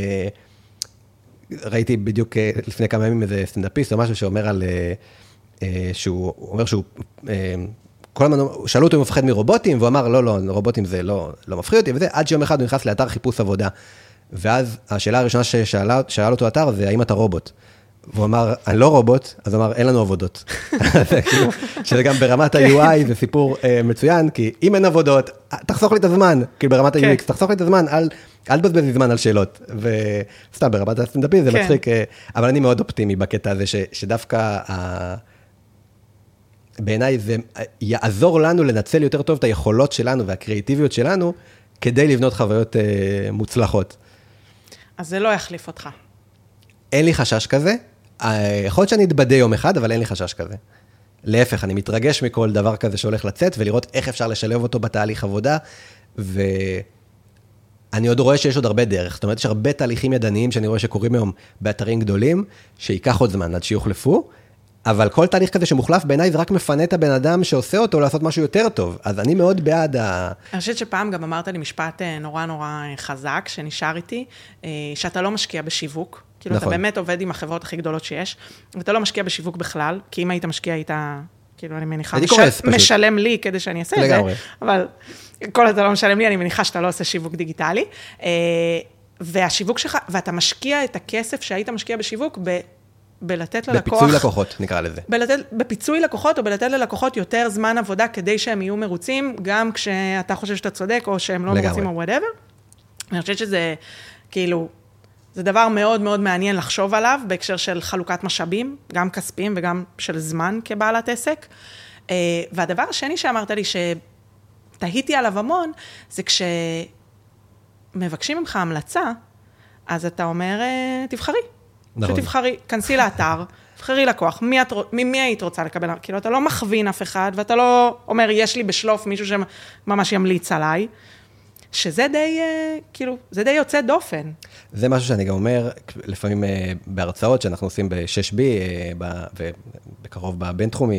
ראיתי בדיוק לפני כמה ימים איזה סטנדאפיסט או משהו שאומר על, שהוא אומר שהוא, כל הזמן, שאלו אותו אם הוא מפחד מרובוטים, והוא אמר, לא, לא, רובוטים זה לא, לא מפחיד אותי, וזה, עד שיום אחד הוא נכנס לאתר חיפוש עבודה, ואז השאלה הראשונה ששאל אותו אתר, זה האם אתה רובוט? והוא אמר, אני לא רובוט, אז הוא אמר, אין לנו עבודות. שזה גם ברמת ה-יו איי, זה סיפור מצוין, כי אם אין עבודות, תחסוך לי את הזמן, כאילו ברמת ה-יו אקס, תחסוך לי את הזמן, אל תבזבז לי זמן על שאלות. וסתם, ברמת הסטנדאפי זה מצחיק, אבל אני מאוד אופטימי בקטע הזה, שדווקא בעיניי זה יעזור לנו לנצל יותר טוב את היכולות שלנו והקריאטיביות שלנו, כדי לבנות חוויות מוצלחות. אז זה לא יחליף אותך. אין לי חשש כזה, יכול להיות שאני אתבדה יום אחד, אבל אין לי חשש כזה. להפך, אני מתרגש מכל דבר כזה שהולך לצאת, ולראות איך אפשר לשלב אותו בתהליך עבודה, ואני עוד רואה שיש עוד הרבה דרך, זאת אומרת, יש הרבה תהליכים ידניים שאני רואה שקורים היום באתרים גדולים, שיקח עוד זמן עד שיוחלפו, אבל כל תהליך כזה שמוחלף בעיניי זה רק מפנה את הבן אדם שעושה אותו לעשות משהו יותר טוב, אז אני מאוד בעד ה... אני חושבת שפעם גם אמרת לי משפט נורא נורא חזק, שנשאר איתי, שאתה לא משקיע בשיווק, כאילו אתה באמת עובד עם החברות הכי גדולות שיש, ואתה לא משקיע בשיווק בכלל, כי אם היית משקיע היית, כאילו אני מניחה, משלם לי כדי שאני אעשה את זה, אבל כל אתה לא משלם לי, אני מניחה שאתה לא עושה שיווק דיגיטלי, והשיווק שלך, ואתה משקיע את הכסף שהיית משקיע בשיווק ב... בלתת ללקוח... בפיצוי לקוחות, נקרא לזה. בלתת, בפיצוי לקוחות, או בלתת ללקוחות יותר זמן עבודה, כדי שהם יהיו מרוצים, גם כשאתה חושב שאתה צודק, או שהם לא לגמרי. מרוצים, או whatever. אני חושבת שזה, כאילו, זה דבר מאוד מאוד מעניין לחשוב עליו, בהקשר של חלוקת משאבים, גם כספיים וגם של זמן כבעלת עסק. והדבר השני שאמרת לי, שתהיתי עליו המון, זה כשמבקשים ממך המלצה, אז אתה אומר, תבחרי. נכון. שתבחרי, כנסי לאתר, תבחרי לקוח, מי, את, מי, מי היית רוצה לקבל? כאילו, אתה לא מכווין אף אחד, ואתה לא אומר, יש לי בשלוף מישהו שממש ימליץ עליי, שזה די, כאילו, זה די יוצא דופן. זה משהו שאני גם אומר, לפעמים בהרצאות שאנחנו עושים ב-שש בי, ובקרוב בבינתחומי,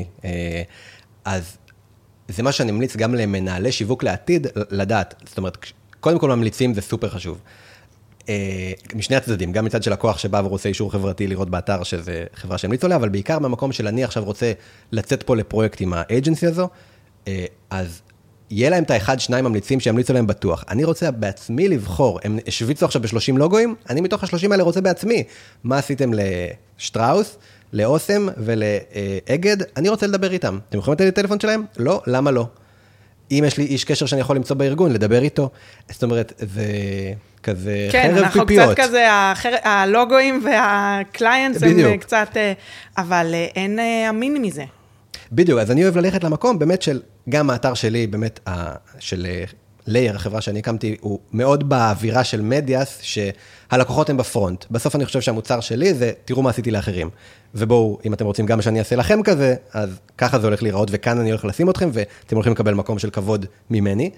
אז זה מה שאני ממליץ גם למנהלי שיווק לעתיד, לדעת. זאת אומרת, קודם כל ממליצים זה סופר חשוב. משני הצדדים, גם מצד של לקוח שבא ורוצה אישור חברתי לראות באתר שזה חברה שהמליץ עליה, אבל בעיקר מהמקום של אני עכשיו רוצה לצאת פה לפרויקט עם האג'נסי הזו, אז יהיה להם את האחד, שניים ממליצים שימליצו להם בטוח. אני רוצה בעצמי לבחור, הם השוויצו עכשיו ב-שלושים לוגויים, אני מתוך ה-שלושים האלה רוצה בעצמי. מה עשיתם לשטראוס, לאוסם ולאגד? אני רוצה לדבר איתם. אתם יכולים לתת לי טלפון שלהם? לא, למה לא? אם יש לי איש קשר שאני יכול למצוא בארגון, לדבר איתו. זאת אומרת, זה כזה כן, חרב אנחנו פיפיות. קצת כזה, הלוגויים והקליינטס הם קצת, אבל אין אמין מזה. בדיוק, אז אני אוהב ללכת למקום, באמת של, גם האתר שלי, באמת, של לייר, החברה שאני הקמתי, הוא מאוד באווירה של מדיאס, שהלקוחות הם בפרונט. בסוף אני חושב שהמוצר שלי זה, תראו מה עשיתי לאחרים. ובואו, אם אתם רוצים גם שאני אעשה לכם כזה, אז ככה זה הולך להיראות, וכאן אני הולך לשים אתכם, ואתם הולכים לקבל מקום של כבוד ממני.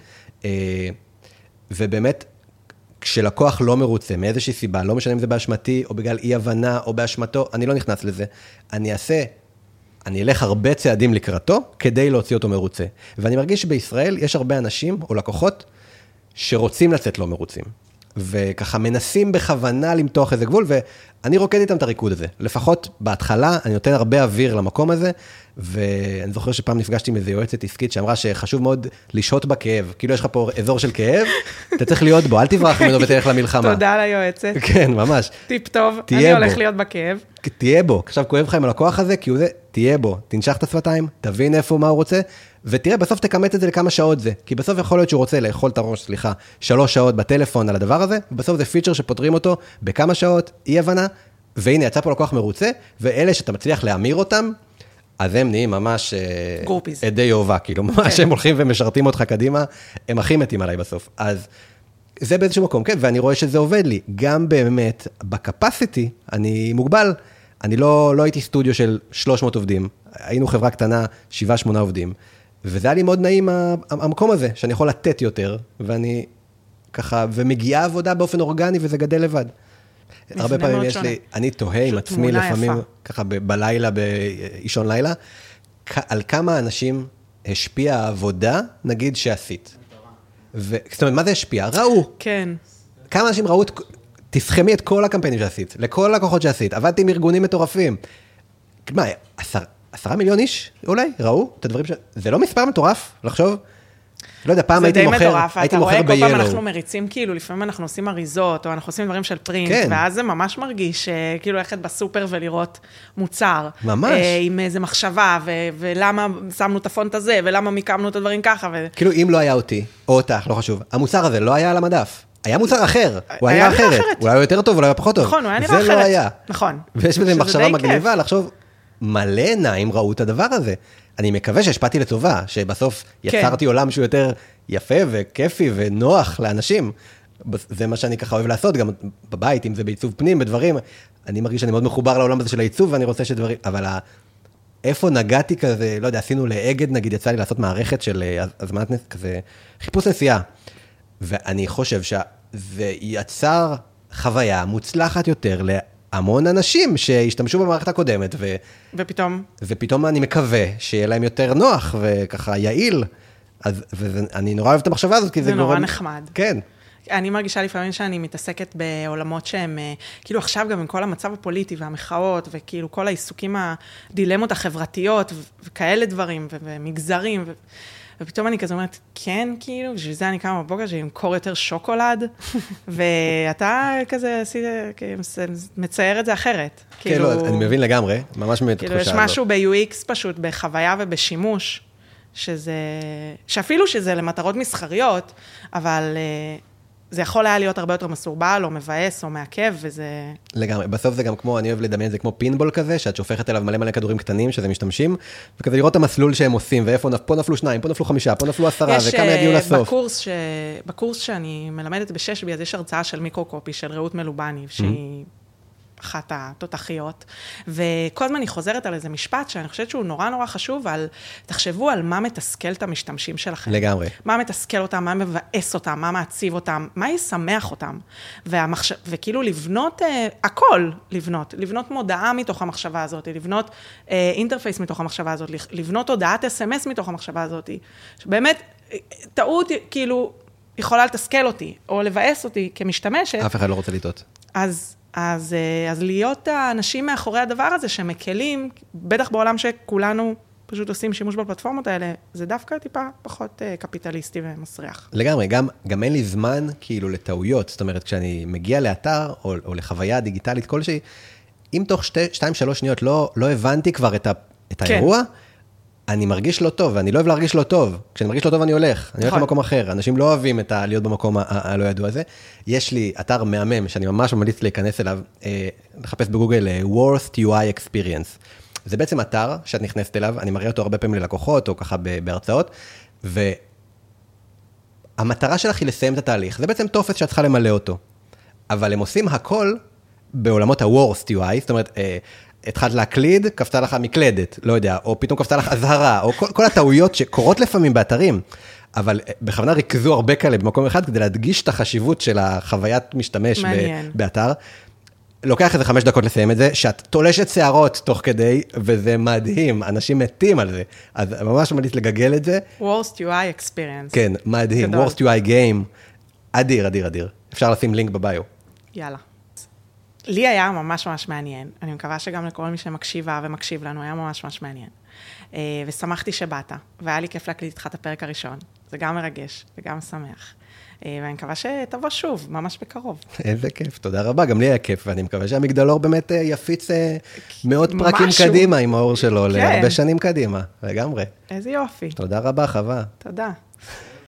ובאמת, כשלקוח לא מרוצה, מאיזושהי סיבה, לא משנה אם זה באשמתי, או בגלל אי הבנה, או באשמתו, אני לא נכנס לזה. אני אעשה, אני אלך הרבה צעדים לקראתו, כדי להוציא אותו מרוצה. ואני מרגיש שבישראל יש הרבה אנשים, או לקוחות, שרוצים לצאת לא מרוצים. וככה מנסים בכוונה למתוח איזה גבול, ואני רוקד איתם את הריקוד הזה. לפחות בהתחלה, אני נותן הרבה אוויר למקום הזה, ואני זוכר שפעם נפגשתי עם איזו יועצת עסקית, שאמרה שחשוב מאוד לשהות בכאב. כאילו יש לך פה אזור של כאב, אתה צריך להיות בו, אל תברח ממנו ותלך למלחמה. תודה ליועצת. כן, ממש. טיפ טוב, אני הולך להיות בכאב. תהיה בו. עכשיו כואב לך עם הלקוח הזה, כי הוא זה, תהיה בו. תנשך את השפתיים, תבין איפה מה הוא רוצה, ותראה, בסוף תקמת את זה לכמה שעות זה. כי בסוף יכול להיות שהוא רוצה לאכול את הראש, סליחה, שלוש שעות בטלפון על הדבר הזה, ובסוף זה פיצ'ר שפותרים אותו בכמה שעות, אי הבנה, והנה, יצא פה לקוח מרוצה, ואלה שאתה מצליח להמיר אותם, אז הם נהיים ממש גרופיז. עדי יהובה, כאילו, ממש הם הולכים ומשרתים אותך קדימה, הם הכי מתים עליי בסוף. אז זה באיזשהו מקום, כן, ואני רואה שזה עובד לי. גם באמת, בקפסיטי, אני מוגבל. אני לא, לא הייתי סטודיו של שלוש מאות עובדים. היינו חברה קטנה, שבעה, שמונה עובדים. וזה היה לי מאוד נעים, המקום הזה, שאני יכול לתת יותר, ואני ככה, ומגיעה עבודה באופן אורגני, וזה גדל לבד. הרבה פעמים יש לי, אני תוהה עם עצמי לפעמים, ככה בלילה, באישון לילה, על כמה אנשים השפיע העבודה, נגיד שעשית. זאת אומרת, מה זה השפיע? ראו. כן. כמה אנשים ראו, תסכמי את כל הקמפיינים שעשית, לכל לקוחות שעשית, עבדתי עם ארגונים מטורפים. מה, עשר, עשרה מיליון איש, אולי, ראו את הדברים ש... זה לא מספר מטורף, לחשוב? לא יודע, פעם הייתי מוכר, הייתי מוכר ב-Yellow. אתה רואה, כל פעם אנחנו מריצים, כאילו, לפעמים אנחנו עושים אריזות, או אנחנו עושים דברים של פרינט, כן. ואז זה ממש מרגיש, כאילו, ללכת בסופר ולראות מוצר. ממש. עם איזו מחשבה, ו- ולמה שמנו את הפונט הזה, ולמה מיקמנו את הדברים ככה. ו... כאילו, אם לא היה אותי, או אותך, לא חשוב, המוצר הזה לא היה על המדף. היה מוצר אחר, הוא היה אחרת. אולי הוא יותר טוב, אולי הוא פחות טוב. נכון, הוא היה נראה אחרת. זה לא היה. נכון. ויש בזה מחשבה מגניבה, לחשוב, מלא עיניים ראו את הדבר הזה. אני מקווה שהשפעתי לטובה, שבסוף יצרתי עולם שהוא יותר יפה וכיפי ונוח לאנשים. זה מה שאני ככה אוהב לעשות, גם בבית, אם זה בעיצוב פנים, בדברים. אני מרגיש שאני מאוד מחובר לעולם הזה של העיצוב, ואני רוצה שדברים, אבל איפה נגעתי כזה, לא יודע, עשינו לאגד, נגיד, יצא לי לעשות מערכת של הזמנת כזה, חיפוש נסיעה. ואני חושב שזה יצר חוויה מוצלחת יותר להמון אנשים שהשתמשו במערכת הקודמת. ו... ופתאום? ופתאום אני מקווה שיהיה להם יותר נוח וככה יעיל. אז ואני נורא אוהב את המחשבה הזאת, כי זה, זה נורא גורם... נחמד. כן. אני מרגישה לפעמים שאני מתעסקת בעולמות שהם, כאילו עכשיו גם עם כל המצב הפוליטי והמחאות, וכאילו כל העיסוקים, הדילמות החברתיות, וכאלה דברים, ומגזרים, ו... ופתאום אני כזה אומרת, כן, כאילו, בשביל זה אני קמה בבוקר, שימכור יותר שוקולד, ואתה כזה מצייר את זה אחרת. כן, לא, אני מבין לגמרי, ממש מתחושה הזאת. כאילו, יש משהו ב-יו אקס פשוט, בחוויה ובשימוש, שזה, שאפילו שזה למטרות מסחריות, אבל זה יכול היה להיות הרבה יותר מסורבל, או מבאס, או מעכב, וזה... לגמרי, בסוף זה גם כמו, אני אוהב לדמיין את זה כמו פינבול כזה, שאת שופכת אליו מלא מלא כדורים קטנים, שזה משתמשים, וכזה לראות את המסלול שהם עושים, ואיפה, פה נפלו שניים, פה נפלו חמישה, פה נפלו עשרה, וכמה יגיעו לסוף. בקורס, ש... בקורס שאני מלמדת בשש בי, אז יש הרצאה של מיקרו-קופי, של רעות מלובני, שהיא אחת התותחיות, וכל הזמן אני חוזרת על איזה משפט, שאני חושבת שהוא נורא נורא חשוב, על, תחשבו על מה מתסכל את המשתמשים שלכם. לגמרי. מה מתסכל אותם, מה מבאס אותם, מה מעציב אותם, מה ישמח אותם. והמחש... וכאילו לבנות, אה, הכל לבנות, לבנות מודעה מתוך המחשבה הזאת, לבנות אה, אינטרפייס מתוך המחשבה הזאת, לבנות הודעת אס אם אס מתוך המחשבה הזאת, שבאמת, טעות כאילו יכולה לתסכל אותי, או לבאס אותי כמשתמשת. אף אחד לא רוצה לטעות. אז... אז, אז להיות האנשים מאחורי הדבר הזה שמקלים, בטח בעולם שכולנו פשוט עושים שימוש בפלטפורמות האלה, זה דווקא טיפה פחות קפיטליסטי ומסריח. לגמרי, גם, גם אין לי זמן כאילו לטעויות, זאת אומרת, כשאני מגיע לאתר או, או לחוויה דיגיטלית כלשהי, אם תוך שתי, שתיים, שלוש שניות לא, לא הבנתי כבר את, ה, את כן. האירוע, אני מרגיש לא טוב, ואני לא אוהב להרגיש לא טוב. כשאני מרגיש לא טוב, אני הולך. אני הולך למקום אחר. אנשים לא אוהבים את להיות במקום הלא ידוע הזה. יש לי אתר מהמם, שאני ממש ממליץ להיכנס אליו, לחפש בגוגל Worst יו איי Experience. זה בעצם אתר שאת נכנסת אליו, אני מראה אותו הרבה פעמים ללקוחות, או ככה בהרצאות, והמטרה שלך היא לסיים את התהליך. זה בעצם טופס שאת צריכה למלא אותו. אבל הם עושים הכל בעולמות ה-Worst יו איי, זאת אומרת, התחלת להקליד, קפצה לך מקלדת, לא יודע, או פתאום קפצה לך אזהרה, או כל, כל הטעויות שקורות לפעמים באתרים, אבל בכוונה ריכזו הרבה כאלה במקום אחד, כדי להדגיש את החשיבות של החוויית משתמש ב- באתר. לוקח איזה חמש דקות לסיים את זה, שאת תולשת שערות תוך כדי, וזה מדהים, אנשים מתים על זה. אז ממש ממליץ לגגל את זה. Worst יו איי Experience. כן, מדהים, גדול. Worst יו איי Game. אדיר, אדיר, אדיר. אפשר לשים לינק בביו. יאללה. לי היה ממש ממש מעניין, אני מקווה שגם לכל מי שמקשיבה ומקשיב לנו, היה ממש ממש מעניין. ושמחתי שבאת, והיה לי כיף להקליט איתך את הפרק הראשון. זה גם מרגש וגם שמח. ואני מקווה שתבוא שוב, ממש בקרוב. איזה כיף, תודה רבה, גם לי היה כיף, ואני מקווה שהמגדלור באמת יפיץ מאות פרקים קדימה עם האור שלו, להרבה שנים קדימה, לגמרי. איזה יופי. תודה רבה, חווה. תודה.